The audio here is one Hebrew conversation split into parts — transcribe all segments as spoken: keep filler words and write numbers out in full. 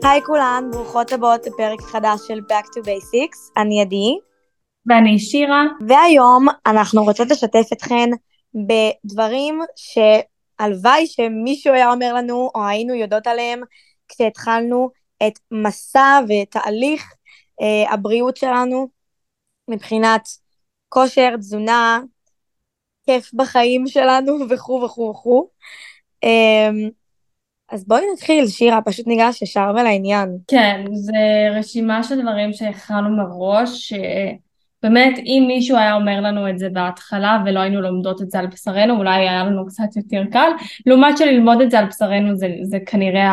היי כולן, ברוכות הבאות לפרק חדש של Back to Basics, אני עדי, ואני שירה. והיום אנחנו רוצות לשתף אתכן בדברים שהלוואי שמישהו היה אומר לנו, או היינו יודעות עליהם, כשהתחלנו את מסע ותהליך אה, הבריאות שלנו, מבחינת כושר, תזונה, כיף בחיים שלנו וכו' וכו' וכו'. אה, אז בואי נתחיל, שירה, פשוט ניגש ישר ולעניין. כן, זה רשימה של דברים שהכנו מראש, שבאמת אם מישהו היה אומר לנו את זה בהתחלה ולא היינו לומדות את זה על בשרנו, אולי היה לנו קצת יותר קל, לעומת שללמוד את זה על בשרנו זה, זה כנראה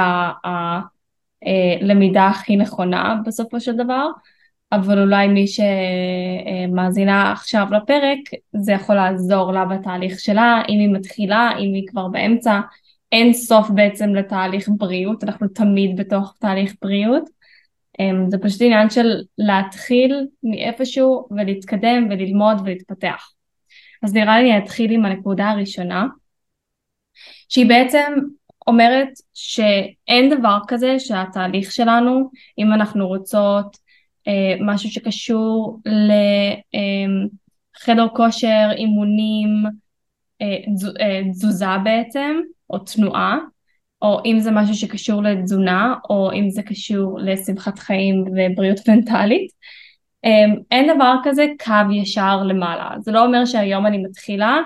הלמידה הכי נכונה בסופו של דבר, אבל אולי מי שמאזינה עכשיו לפרק, זה יכול לעזור לה בתהליך שלה, אם היא מתחילה, אם היא כבר באמצע, אין סוף בעצם לתהליך בריאות, אנחנו תמיד בתוך תהליך בריאות, אמ, זה פשוט עניין של להתחיל מאיפשהו ולהתקדם וללמוד ולהתפתח. אז נראה לי אני אתחיל עם הנקודה הראשונה, שהיא בעצם אומרת שאין דבר כזה שהתהליך שלנו, אם אנחנו רוצות אה, משהו שקשור לחדר כושר, אימונים, אה, תזו, אה, תזוזה בעצם, או תנועה, או אם זה משהו שקשור לתזונה, או אם זה קשור לשמחת חיים ובריאות מנטלית, אה, אין דבר כזה קו ישר למעלה. זה לא אומר שהיום אני מתחילה,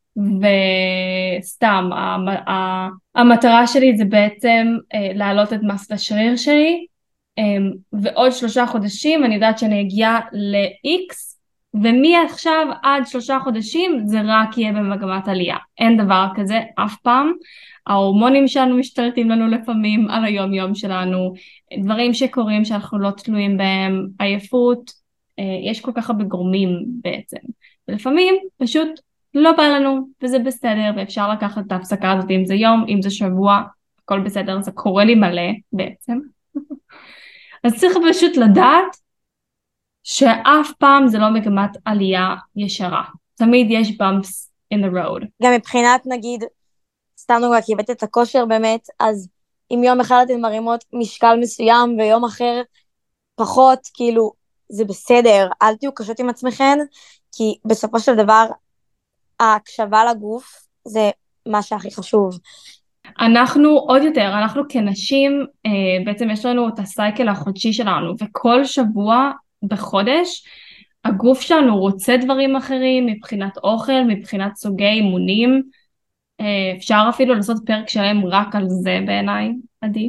וסתם, המ- ה- המטרה שלי זה בעצם אה, להעלות את מסת השריר שלי, אה, ועוד שלושה חודשים אני יודעת שאני אגיע ל-X, ומעכשיו עד שלושה חודשים זה רק יהיה במגמת עלייה. אין דבר כזה אף פעם. ההורמונים שלנו משתלטים לנו לפעמים על היום יום שלנו, דברים שקורים שאנחנו לא תלויים בהם, עייפות, אה, יש כל כך הרבה גורמים בעצם. ולפעמים פשוט לא בא לנו, וזה בסדר, ואפשר לקחת את ההפסקה הזאת, אם זה יום, אם זה שבוע, הכל בסדר, זה קורה לי מלא בעצם. אז צריך פשוט לדעת שאף פעם זה לא מגמת עלייה ישרה. תמיד יש bumps in the road. גם מבחינת נגיד, סתם נוגע, כי הבאת את הכושר באמת, אז אם יום אחד אתן מרימות משקל מסוים ויום אחר פחות, כאילו, זה בסדר, אל תהיו קשות עם עצמכן, כי בסופו של דבר, ההקשבה לגוף זה מה שהכי חשוב. אנחנו עוד יותר, אנחנו כנשים, אה, בעצם יש לנו את הסייקל החודשי שלנו, וכל שבוע בחודש, הגוף שלנו רוצה דברים אחרים, מבחינת אוכל, מבחינת סוגי אימונים, אה, אפשר אפילו לעשות פרק שלם רק על זה בעיניי, עדי.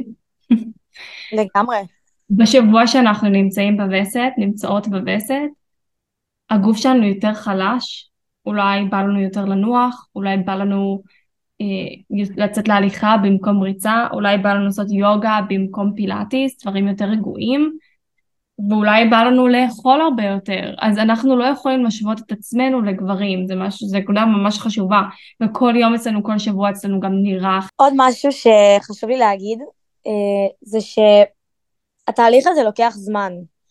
לגמרי. בשבוע שאנחנו נמצאים בווסת, נמצאות בווסת, הגוף שלנו יותר חלש, אולי בא לנו יותר לנוח, אולי בא לנו אה, לצאת להליכה במקום ריצה, אולי בא לנו לעשות יוגה במקום פילאטיס, דברים יותר רגועים, ואולי בא לנו לאכול הרבה יותר. אז אנחנו לא יכולים להשוות את עצמנו לגברים, זה משהו, זה נקודה ממש חשובה, וכל יום אצלנו, כל שבוע אצלנו גם נראה. עוד משהו שחשוב לי להגיד, אה, זה שהתהליך הזה לוקח זמן,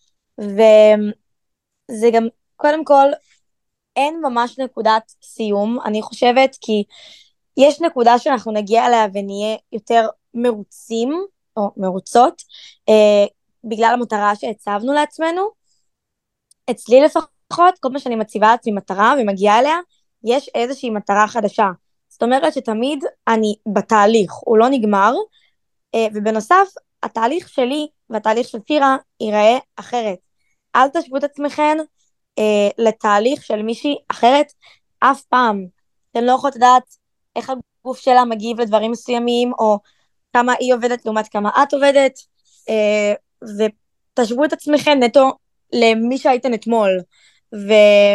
וזה גם, קודם כל, אין ממש נקודת סיום, אני חושבת, כי יש נקודה שאנחנו נגיע אליה ונהיה יותר מרוצים, או מרוצות, אה, בגלל המטרה שהצבנו לעצמנו. אצלי לפחות, כל מה שאני מציבה לעצמי מטרה ומגיעה אליה, יש איזושהי מטרה חדשה. זאת אומרת שתמיד אני בתהליך, הוא לא נגמר, אה, ובנוסף, התהליך שלי והתהליך של פירה ייראה אחרת. אל תשוו את עצמכם אה, לתהליך של מישהי אחרת אף פעם. אתן לא יכולות לדעת איך הגוף שלה מגיב לדברים מסוימים, או כמה היא עובדת לעומת כמה את עובדת, אה, ותשוו את עצמכם נטו למי שהייתן אתמול, ו,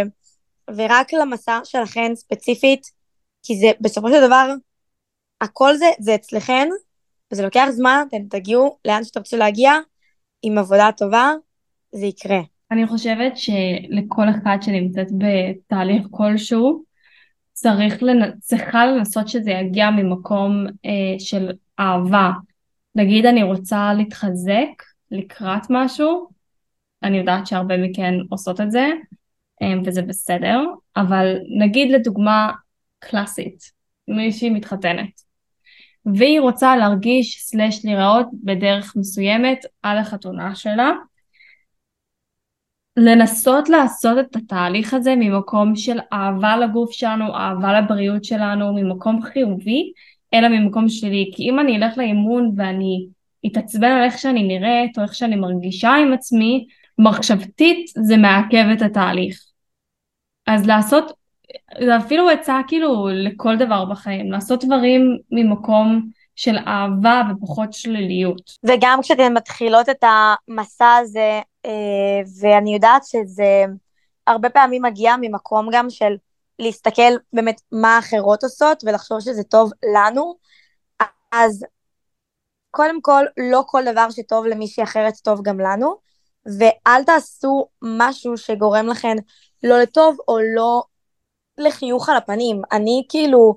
ורק למסע שלכן ספציפית, כי זה בסופו של דבר, הכל זה, זה אצלכן, וזה לוקח זמן, אתם תגיעו לאן שתרצו להגיע, עם עבודה טובה, זה יקרה. אני חושבת שלכל אחד שנמצאת בתהליך כלשהו, צריך לנ... צריכה לנסות שזה יגיע ממקום אה, של אהבה. נגיד אני רוצה להתחזק לקראת משהו, אני יודעת שהרבה מכן עושות את זה, אה, וזה בסדר, אבל נגיד לדוגמה קלאסית, מישהי מתחתנת, והיא רוצה להרגיש סלש להיראות בדרך מסוימת על החתונה שלה. לנסות לעשות את התהליך הזה ממקום של אהבה לגוף שלנו, אהבה לבריאות שלנו, ממקום חיובי, אלא ממקום שלי. כי אם אני אלך לאימון ואני אתעצבן על איך שאני נראית, או איך שאני מרגישה עם עצמי, מחשבתית זה מעכב את התהליך. אז לעשות, זה אפילו הצעה כאילו לכל דבר בחיים, לעשות דברים ממקום של אהבה ופחות שליליות. וגם כשאתן מתחילות את המסע הזה, אה, ואני יודעת שזה הרבה פעמים מגיע ממקום גם של להסתכל באמת מה אחרות עושות ולחשוב שזה טוב לנו, אז קודם כל לא כל דבר שטוב למישהי אחרת טוב גם לנו, ואל תעשו משהו שגורם לכן לא לטוב או לא לחיוך על הפנים. אני כאילו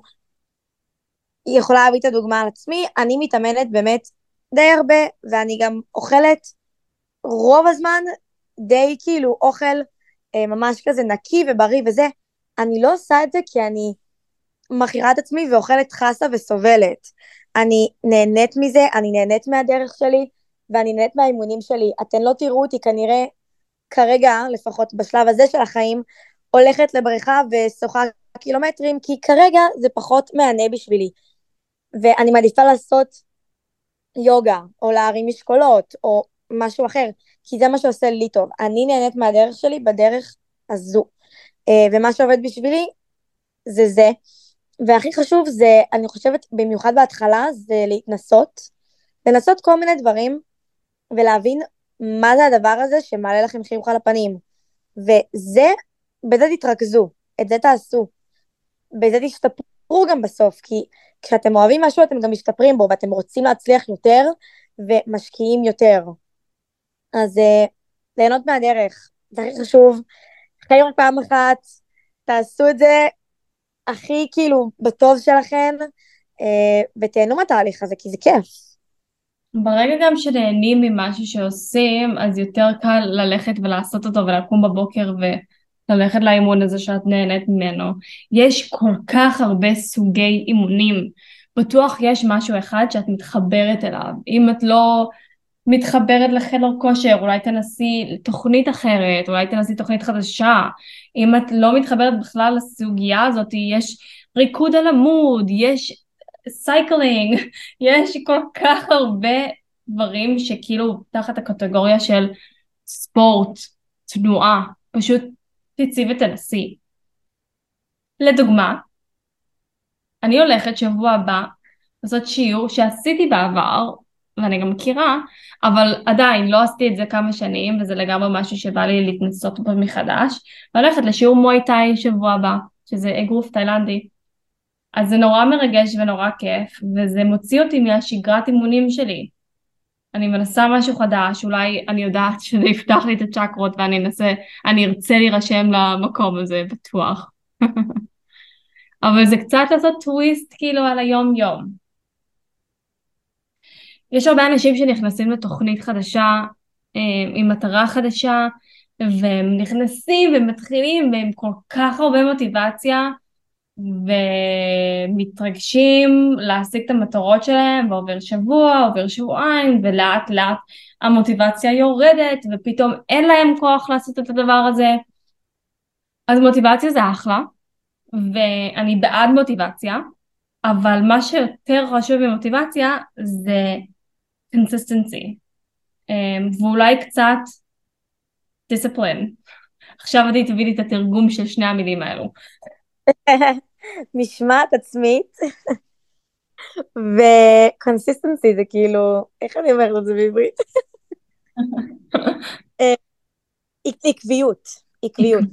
יכולה להביא את הדוגמה על עצמי, אני מתאמנת באמת די הרבה, ואני גם אוכלת רוב הזמן די כאילו אוכל אה, ממש כזה נקי ובריא וזה. אני לא עושה את זה כי אני מכירה את עצמי ואוכלת חסה וסובלת. אני נהנית מזה, אני נהנית מהדרך שלי, ואני נהנית מהאימונים שלי. אתן לא תראו אותי כנראה כרגע, לפחות בשלב הזה של החיים, הולכת לבריכה ושוחה קילומטרים, כי כרגע זה פחות מענה בשבילי. ואני מעדיפה לעשות יוגה, או להרים משקולות, או משהו אחר, כי זה מה שעושה לי טוב. אני נהנית מהדרך שלי בדרך הזו. אה, ומה שעובד בשבילי זה זה. והכי חשוב זה, אני חושבת, במיוחד בהתחלה, זה להתנסות. לנסות כל מיני דברים, ולהבין מה זה הדבר הזה שמעלה לכם חיוך על הפנים. וזה, בזה תתרכזו, את זה תעשו. בזה תשתפרו גם בסוף, כי כשאתם אוהבים משהו אתם גם משתפרים בו, ואתם רוצים להצליח יותר, ומשקיעים יותר. אז uh, ליהנות מהדרך, זה הכי חשוב. חיים רק פעם אחת, תעשו את זה הכי כאילו בטוב שלכם, uh, ותהנו מהתהליך הזה, כי זה כיף. ברגע גם שנהנים ממשהו שעושים, אז יותר קל ללכת ולעשות אותו ולקום בבוקר וללכת לאימון הזה שאת נהנית ממנו. יש כל כך הרבה סוגי אימונים. בטוח יש משהו אחד שאת מתחברת אליו. אם את לא מתחברת לחדר כושר, אולי תנסי תוכנית אחרת, אולי תנסי תוכנית חדשה. אם את לא מתחברת בכלל לסוגיה הזאת, יש ריקוד על עמוד, יש סייקלינג, יש כל כך הרבה דברים שכאילו תחת הקטגוריה של ספורט, תנועה, פשוט תצאי ותנסי. לדוגמה, אני הולכת שבוע הבא לעשות שיעור שעשיתי בעבר, ואני גם מכירה, אבל עדיין לא עשיתי את זה כמה שנים, וזה לגמרי משהו שבא לי להתנסות בו מחדש, והולכת לשיעור מוי טאי שבוע הבא, שזה אגרוף תאילנדי. אז זה נורא מרגש ונורא כיף, וזה מוציא אותי מהשגרת אימונים שלי. אני מנסה משהו חדש, אולי אני יודעת שזה יפתח לי את הצ'קרות, ואני אנסה, אני ארצה להירשם למקום הזה, בטוח. אבל זה קצת לעשות טוויסט כאילו על היום יום. יש הרבה אנשים שנכנסים לתוכנית חדשה, עם מטרה חדשה, והם נכנסים ומתחילים, והם כל כך הרבה מוטיבציה, ומתרגשים להשיג את המטרות שלהם, ועובר שבוע, עובר שבועיים, ולאט לאט המוטיבציה יורדת, ופתאום אין להם כוח לעשות את הדבר הזה. אז מוטיבציה זה אחלה, ואני בעד מוטיבציה, אבל מה שיותר חשוב במוטיבציה זה consistency, ואולי קצת discipline. עכשיו אני תביא לי את התרגום של שני המילים האלו. משמעת עצמית, ו-consistency זה כאילו, איך אני אומרת את זה בעברית? עקביות, עקביות.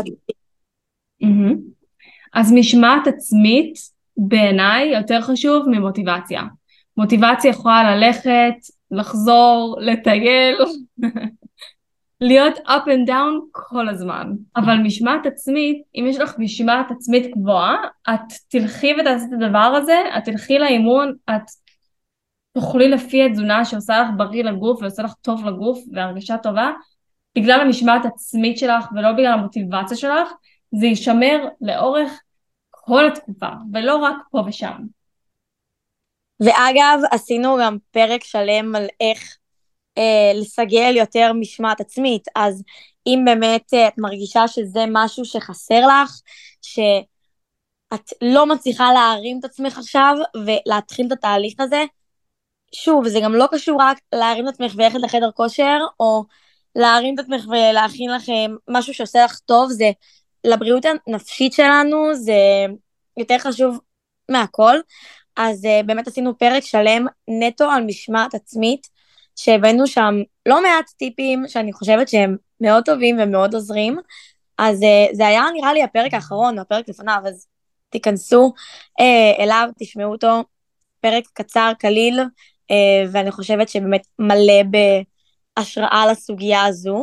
אז משמעת עצמית בעיניי יותר חשוב ממוטיבציה. מוטיבציה יכולה ללכת, לחזור, לטייל, להיות up and down כל הזמן. אבל משמעת עצמית, אם יש לך משמעת עצמית גבוהה, את תלכי ותעשי את הדבר הזה, את תלכי לאימון, את תאכלי לפי התזונה שעושה לך בריא לגוף ועושה לך טוב לגוף והרגשה טובה, בגלל המשמעת עצמית שלך ולא בגלל המוטיבציה שלך, זה יישמר לאורך כל התקופה, ולא רק פה ושם. ואגב, עשינו גם פרק שלם על איך אה, לסגל יותר משמעת עצמית, אז אם באמת אה, את מרגישה שזה משהו שחסר לך, שאת לא מצליחה להרים את עצמך עכשיו ולהתחיל את התהליך הזה, שוב, זה גם לא קשור רק להרים את עצמך וללכת לחדר כושר, או להרים את עצמך ולהכין לכם משהו שעושה לך טוב, זה לבריאות הנפשית שלנו, זה יותר חשוב מהכל. אז uh, באמת עשינו פרק שלם נטו על משמעת עצמית, שהבאנו שם לא מעט טיפים שאני חושבת שהם מאוד טובים ומאוד עוזרים. אז uh, זה היה נראה לי הפרק האחרון, הפרק לפניו, אז תיכנסו uh, אליו, תשמעו אותו, פרק קצר, קליל, uh, ואני חושבת שבאמת מלא בהשראה לסוגיה הזו.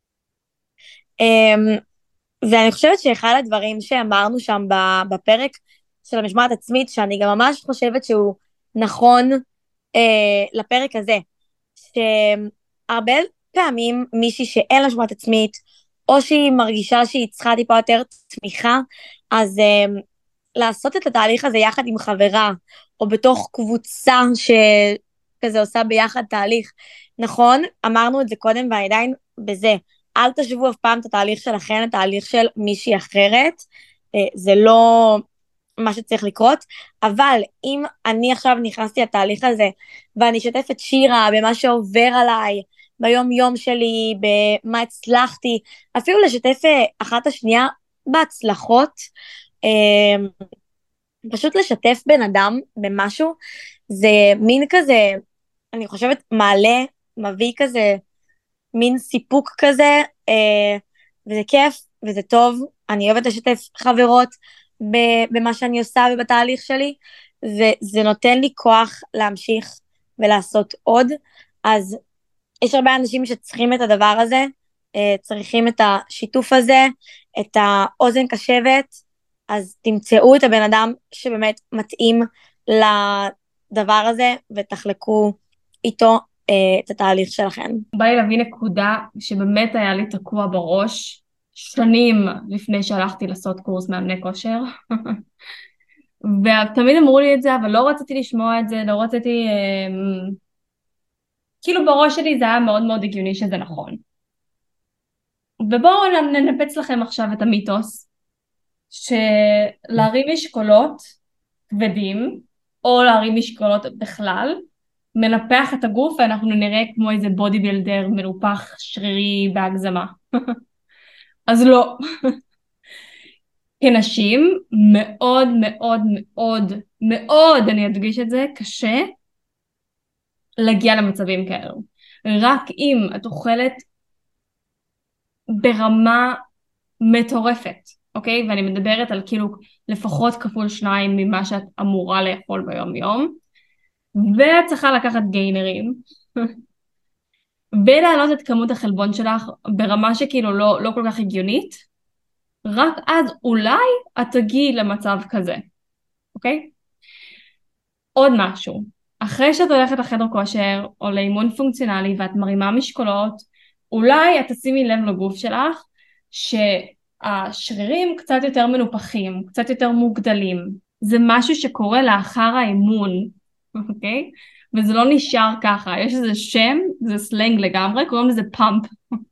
Um, ואני חושבת שאחד הדברים שאמרנו שם בפרק של המשמעת עצמית, שאני גם ממש חושבת שהוא נכון אה, לפרק הזה, שהרבה פעמים מישהי שאין לה משמעת עצמית, או שהיא מרגישה שהיא צריכה טיפה יותר תמיכה, אז אה, לעשות את התהליך הזה יחד עם חברה, או בתוך קבוצה שכזה עושה ביחד תהליך. נכון, אמרנו את זה קודם ואני עדיין בזה. אל תשבו אף פעם את התהליך שלכם, התהליך של מישהי אחרת, זה לא מה שצריך לקרות, אבל אם אני עכשיו נכנסתי לתהליך הזה, ואני אשתף את שירה במה שעובר עליי, ביום יום שלי, במה הצלחתי, אפילו לשתף אחת השנייה בהצלחות, פשוט לשתף בן אדם במשהו, זה מין כזה, אני חושבת מעלה, מביא כזה, מין סיפוק כזה, אה, וזה כיף, וזה טוב, אני אוהבת לשתף חברות במה שאני עושה ובתהליך שלי, וזה נותן לי כוח להמשיך ולעשות עוד, אז יש הרבה אנשים שצריכים את הדבר הזה, אה, צריכים את השיתוף הזה, את האוזן קשבת, אז תמצאו את הבן אדם שבאמת מתאים לדבר הזה, ותחלקו איתו את התהליך שלכם. בא לי להביא נקודה שבאמת היה לי תקוע בראש שנים לפני שהלכתי לעשות קורס מאמני כושר. ותמיד אמרו לי את זה, אבל לא רציתי לשמוע את זה, לא רציתי... כאילו בראש שלי זה היה מאוד מאוד הגיוני שזה נכון. ובואו ננפץ לכם עכשיו את המיתוס, שלהרים משקולות כבדים, או להרים משקולות בכלל, מנפח את הגוף ואנחנו נראה כמו איזה בודי בילדר מנופח שרירי בהגזמה. אז לא. כנשים מאוד מאוד מאוד מאוד, אני אדגיש את זה, קשה להגיע למצבים כאלו. רק אם את אוכלת ברמה מטורפת, אוקיי? ואני מדברת על כאילו לפחות כפול שניים ממה שאת אמורה לאכול ביום יום, ואת צריכה לקחת גיינרים, ולהעלות את כמות החלבון שלך ברמה שכאילו לא, לא כל כך הגיונית, רק אז אולי את תגיעי למצב כזה, אוקיי? עוד משהו, אחרי שאת הולכת לחדר כושר או לאימון פונקציונלי ואת מרימה משקולות, אולי את תשימי לב לגוף שלך שהשרירים קצת יותר מנופחים, קצת יותר מוגדלים. זה משהו שקורה לאחר האימון, אוקיי? וזה לא נשאר ככה, יש איזה שם, זה סלנג לגמרי, קוראים לזה פאמפ.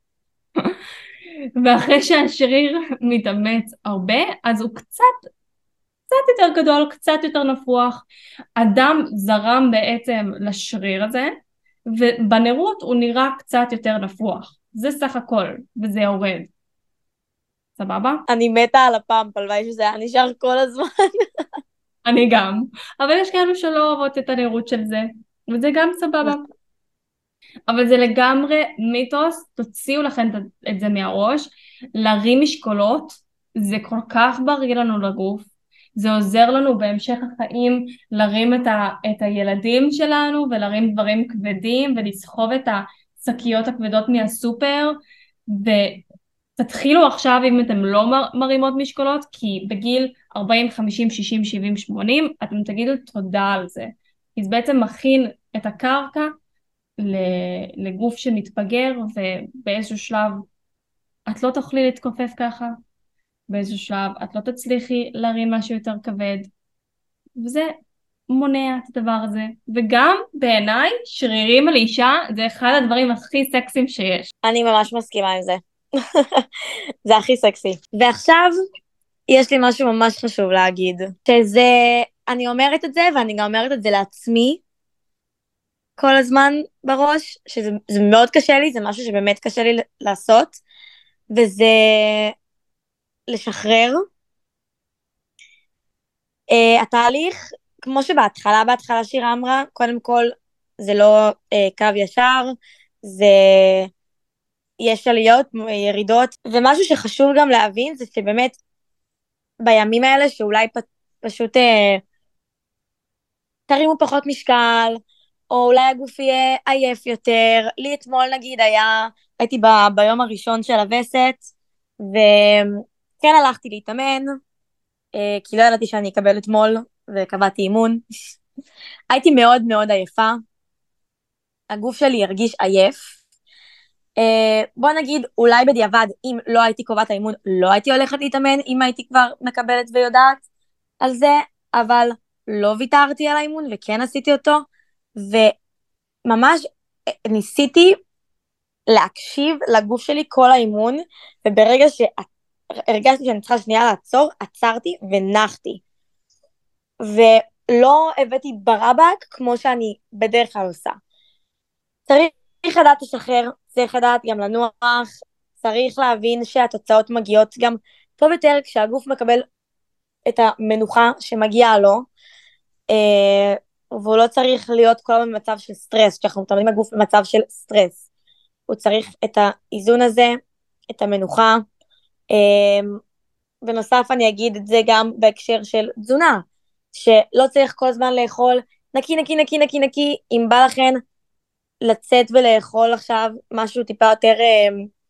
ואחרי שהשריר מתאמץ הרבה, אז הוא קצת, קצת יותר גדול, קצת יותר נפוח, הדם זרם בעצם לשריר הזה, ובנראות הוא נראה קצת יותר נפוח. זה סך הכל, וזה יורד. סבבה? אני מתה על הפאמפ, הלוואי שזה היה נשאר כל הזמן. אני גם. אבל יש כאלו שלא אוהבות את הנראות של זה, וזה גם סבבה. אבל זה לגמרי מיתוס, תוציאו לכם את זה מהראש, להרים משקולות, זה כל כך בריא לנו לגוף, זה עוזר לנו בהמשך החיים להרים את, ה, את הילדים שלנו, ולהרים דברים כבדים, ולסחוב את השקיות הכבדות מהסופר, ותתחילו עכשיו אם אתם לא מרימות משקולות, כי בגיל ארבעים, חמישים, שישים, שבעים, שמונים, אתם תגידו תודה על זה, כי זה בעצם מכין את הקרקע, לגוף שמתפגר, ובאיזשהו שלב את לא תוכלי להתכופף ככה, באיזשהו שלב את לא תצליחי להרים משהו יותר כבד, וזה מונע את הדבר הזה. וגם בעיניי, שרירים על אישה זה אחד הדברים הכי סקסיים שיש. אני ממש מסכימה עם זה. זה הכי סקסי. ועכשיו, יש לי משהו ממש חשוב להגיד, שזה, אני אומרת את זה, ואני גם אומרת את זה לעצמי, כל הזמן בראש, שזה זה מאוד קשה לי, זה משהו שבאמת קשה לי לעשות, וזה לשחרר. Uh, התהליך, כמו שבהתחלה, בהתחלה שירה אמרה, קודם כל, זה לא uh, קו ישר, זה, יש עליות, ירידות, ומשהו שחשוב גם להבין, זה שבאמת, בימים האלה, שאולי פ, פשוט uh, תרימו פחות משקל, או אולי הגוף יהיה עייף יותר, לי אתמול נגיד היה, הייתי ב, ביום הראשון של הווסת, וכן הלכתי להתאמן, אה, כי לא ידעתי שאני אקבל אתמול, וקבעתי אימון. הייתי מאוד מאוד עייפה, הגוף שלי הרגיש עייף, אה, בוא נגיד אולי בדיעבד, אם לא הייתי קובעת האימון, לא הייתי הולכת להתאמן, אם הייתי כבר מקבלת ויודעת על זה, אבל לא ויתרתי על האימון וכן עשיתי אותו, וממש ניסיתי להקשיב לגוף שלי כל האימון, וברגע שהרגשתי שאני צריכה שנייה לעצור, עצרתי ונחתי. ולא הבאתי ברבק כמו שאני בדרך כלל עושה. צריך לדעת לשחרר, צריך לדעת גם לנוח, צריך להבין שהתוצאות מגיעות גם טוב יותר כשהגוף מקבל את המנוחה שמגיעה לו, אה, והוא לא צריך להיות כל הזמן במצב של סטרס, כשאנחנו מתאמנים הגוף במצב של סטרס. הוא צריך את האיזון הזה, את המנוחה. בנוסף אני אגיד את זה גם בהקשר של תזונה, שלא צריך כל הזמן לאכול נקי נקי נקי נקי נקי, אם בא לכן לצאת ולאכול עכשיו משהו טיפה יותר אה,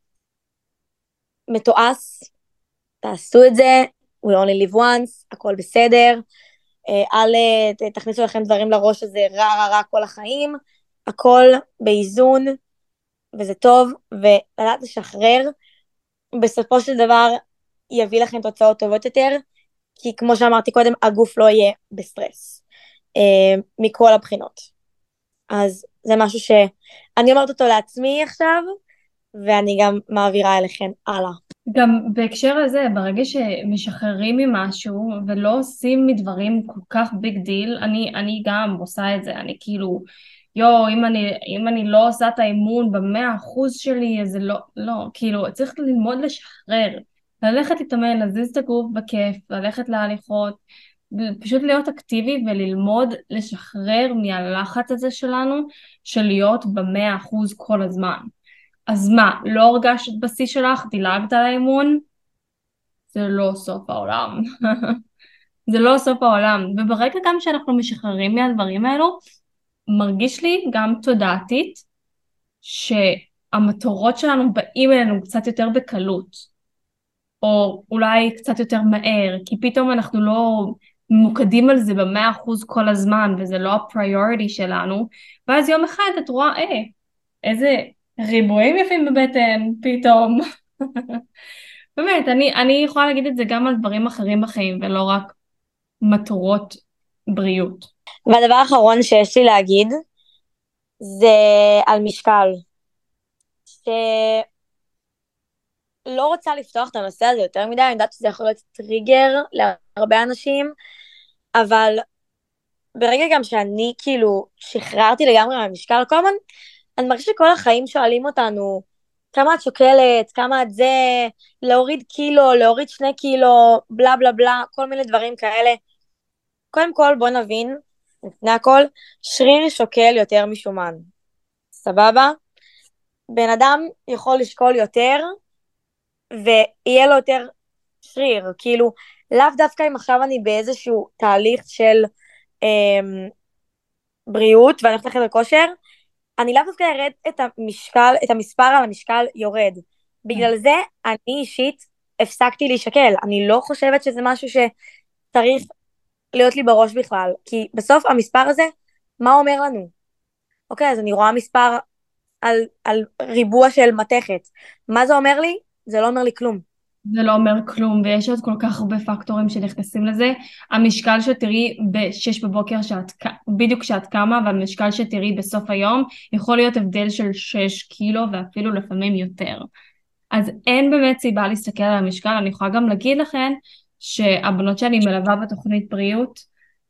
מתועש, תעשו את זה, we only live once, הכל בסדר, אה, אל תכניסו לכם דברים לראש שזה רע רע רע כל החיים, הכל באיזון, וזה טוב, ולדעת לשחרר, בסופו של דבר יביא לכם תוצאות טובות יותר, כי כמו שאמרתי קודם, הגוף לא יהיה בסטרס, אה, מכל הבחינות. אז זה משהו שאני אומרת אותו לעצמי עכשיו, ואני גם מעבירה אליכם הלאה. גם בהקשר הזה, ברגע שמשחררים ממשהו ולא עושים מדברים כל כך ביג דיל, אני, אני גם עושה את זה, אני כאילו, יו, אם אני, אם אני לא עושה את האימון במאה אחוז שלי, אז זה לא, לא, כאילו, צריך ללמוד לשחרר, ללכת להתאמן, להזיז את הגוף בכיף, ללכת להליכות, פשוט להיות אקטיבי וללמוד לשחרר מהלחץ הזה שלנו, של להיות במאה אחוז כל הזמן. אז מה, לא הרגשת בשיא שלך, דילגת על האימון? זה לא סוף העולם. זה לא סוף העולם. וברגע גם שאנחנו משחררים מהדברים האלו, מרגיש לי גם תודעתית, שהמטרות שלנו באים אלינו קצת יותר בקלות, או אולי קצת יותר מהר, כי פתאום אנחנו לא ממוקדים על זה במאה אחוז כל הזמן, וזה לא הפריוריטי שלנו, ואז יום אחד את רואה, אה, איזה ריבועים יפים בבטן, פתאום. באמת, אני, אני יכולה להגיד את זה גם על דברים אחרים בחיים, ולא רק מטרות בריאות. והדבר האחרון שיש לי להגיד, זה על משקל. שלא רוצה לפתוח את הנושא הזה יותר מדי, אני יודעת שזה יכול להיות טריגר להרבה אנשים, אבל ברגע גם שאני כאילו שחררתי לגמרי מהמשקל, כל הזמן אני מרגישה שכל החיים שואלים אותנו, כמה את שוקלת, כמה את זה, להוריד קילו, להוריד שני קילו, בלה בלה בלה, כל מיני דברים כאלה. קודם כל בוא נבין, לפני הכל, שריר שוקל יותר משומן. סבבה? בן אדם יכול לשקול יותר, ויהיה לו יותר שריר, כאילו, לאו דווקא אם עכשיו אני באיזשהו תהליך של אה, בריאות, ואני הולכת לחדר כושר, אני לאו דווקא ארד את המשקל, את המספר על המשקל יורד. בגלל זה אני אישית הפסקתי להישקל. אני לא חושבת שזה משהו שצריך להיות לי בראש בכלל, כי בסוף המספר הזה, מה אומר לנו? אוקיי, אז אני רואה מספר על, על ריבוע של מתכת. מה זה אומר לי? זה לא אומר לי כלום. זה לא אומר כלום, ויש עוד כל כך הרבה פקטורים שנכנסים לזה. המשקל שתראי בשש בבוקר, שאת, בדיוק כשאת קמה, והמשקל שתראי בסוף היום, יכול להיות הבדל של שש קילו, ואפילו לפעמים יותר. אז אין באמת סיבה להסתכל על המשקל. אני יכולה גם להגיד לכם, שהבנות שאני מלווה בתוכנית בריאות,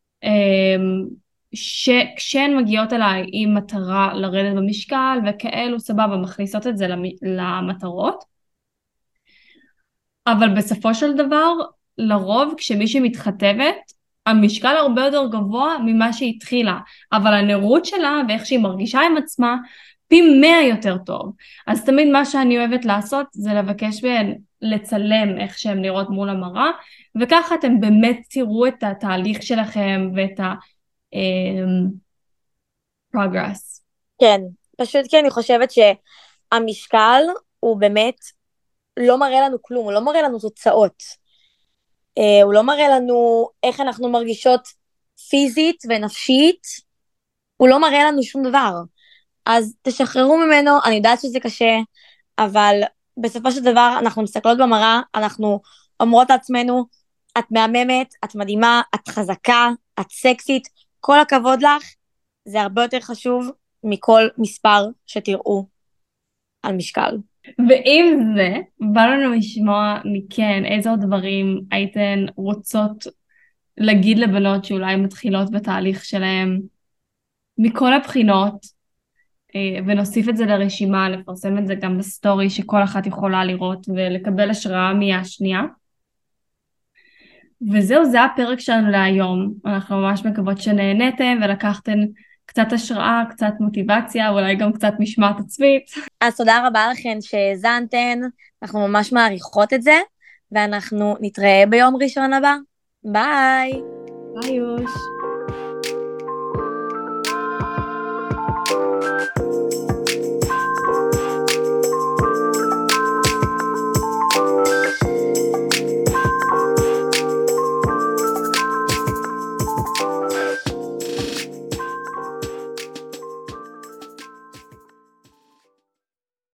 שכשהן מגיעות אליי עם מטרה לרדת במשקל, וכאלו סבבה, מכניסות את זה למטרות, אבל בסופו של דבר, לרוב כשמישהי מתחתבת, המשקל הרבה יותר גבוה ממה שהיא התחילה, אבל הנראות שלה ואיך שהיא מרגישה עם עצמה, פי מאה יותר טוב. אז תמיד מה שאני אוהבת לעשות, זה לבקש בהן לצלם איך שהן נראות מול המראה, וככה אתם באמת תראו את התהליך שלכם ואת ה-progress. כן, פשוט כי אני חושבת שהמשקל הוא באמת לא מראה לנו כלום, הוא לא מראה לנו תוצאות. אה, הוא לא מראה לנו איך אנחנו מרגישות פיזית ונפשית, הוא לא מראה לנו שום דבר. אז תשחררו ממנו, אני יודעת שזה קשה, אבל בסופו של דבר אנחנו מסתכלות במראה, אנחנו אומרות לעצמנו, את מהממת, את מדהימה, את חזקה, את סקסית, כל הכבוד לך, זה הרבה יותר חשוב מכל מספר שתראו על משקל. ועם זה, בא לנו לשמוע מכן איזה עוד דברים הייתן רוצות להגיד לבנות שאולי מתחילות בתהליך שלהם מכל הבחינות, ונוסיף את זה לרשימה, לפרסם את זה גם בסטורי שכל אחת יכולה לראות ולקבל השראה מהשנייה. וזהו, זה הפרק שלנו להיום. אנחנו ממש מקוות שנהנתם ולקחתם קצת השראה, קצת מוטיבציה, אולי גם קצת משמעת עצמית. אז תודה רבה לכן שהאזנתן, אנחנו ממש מעריכות את זה, ואנחנו נתראה ביום ראשון הבא. ביי! ביי יוש!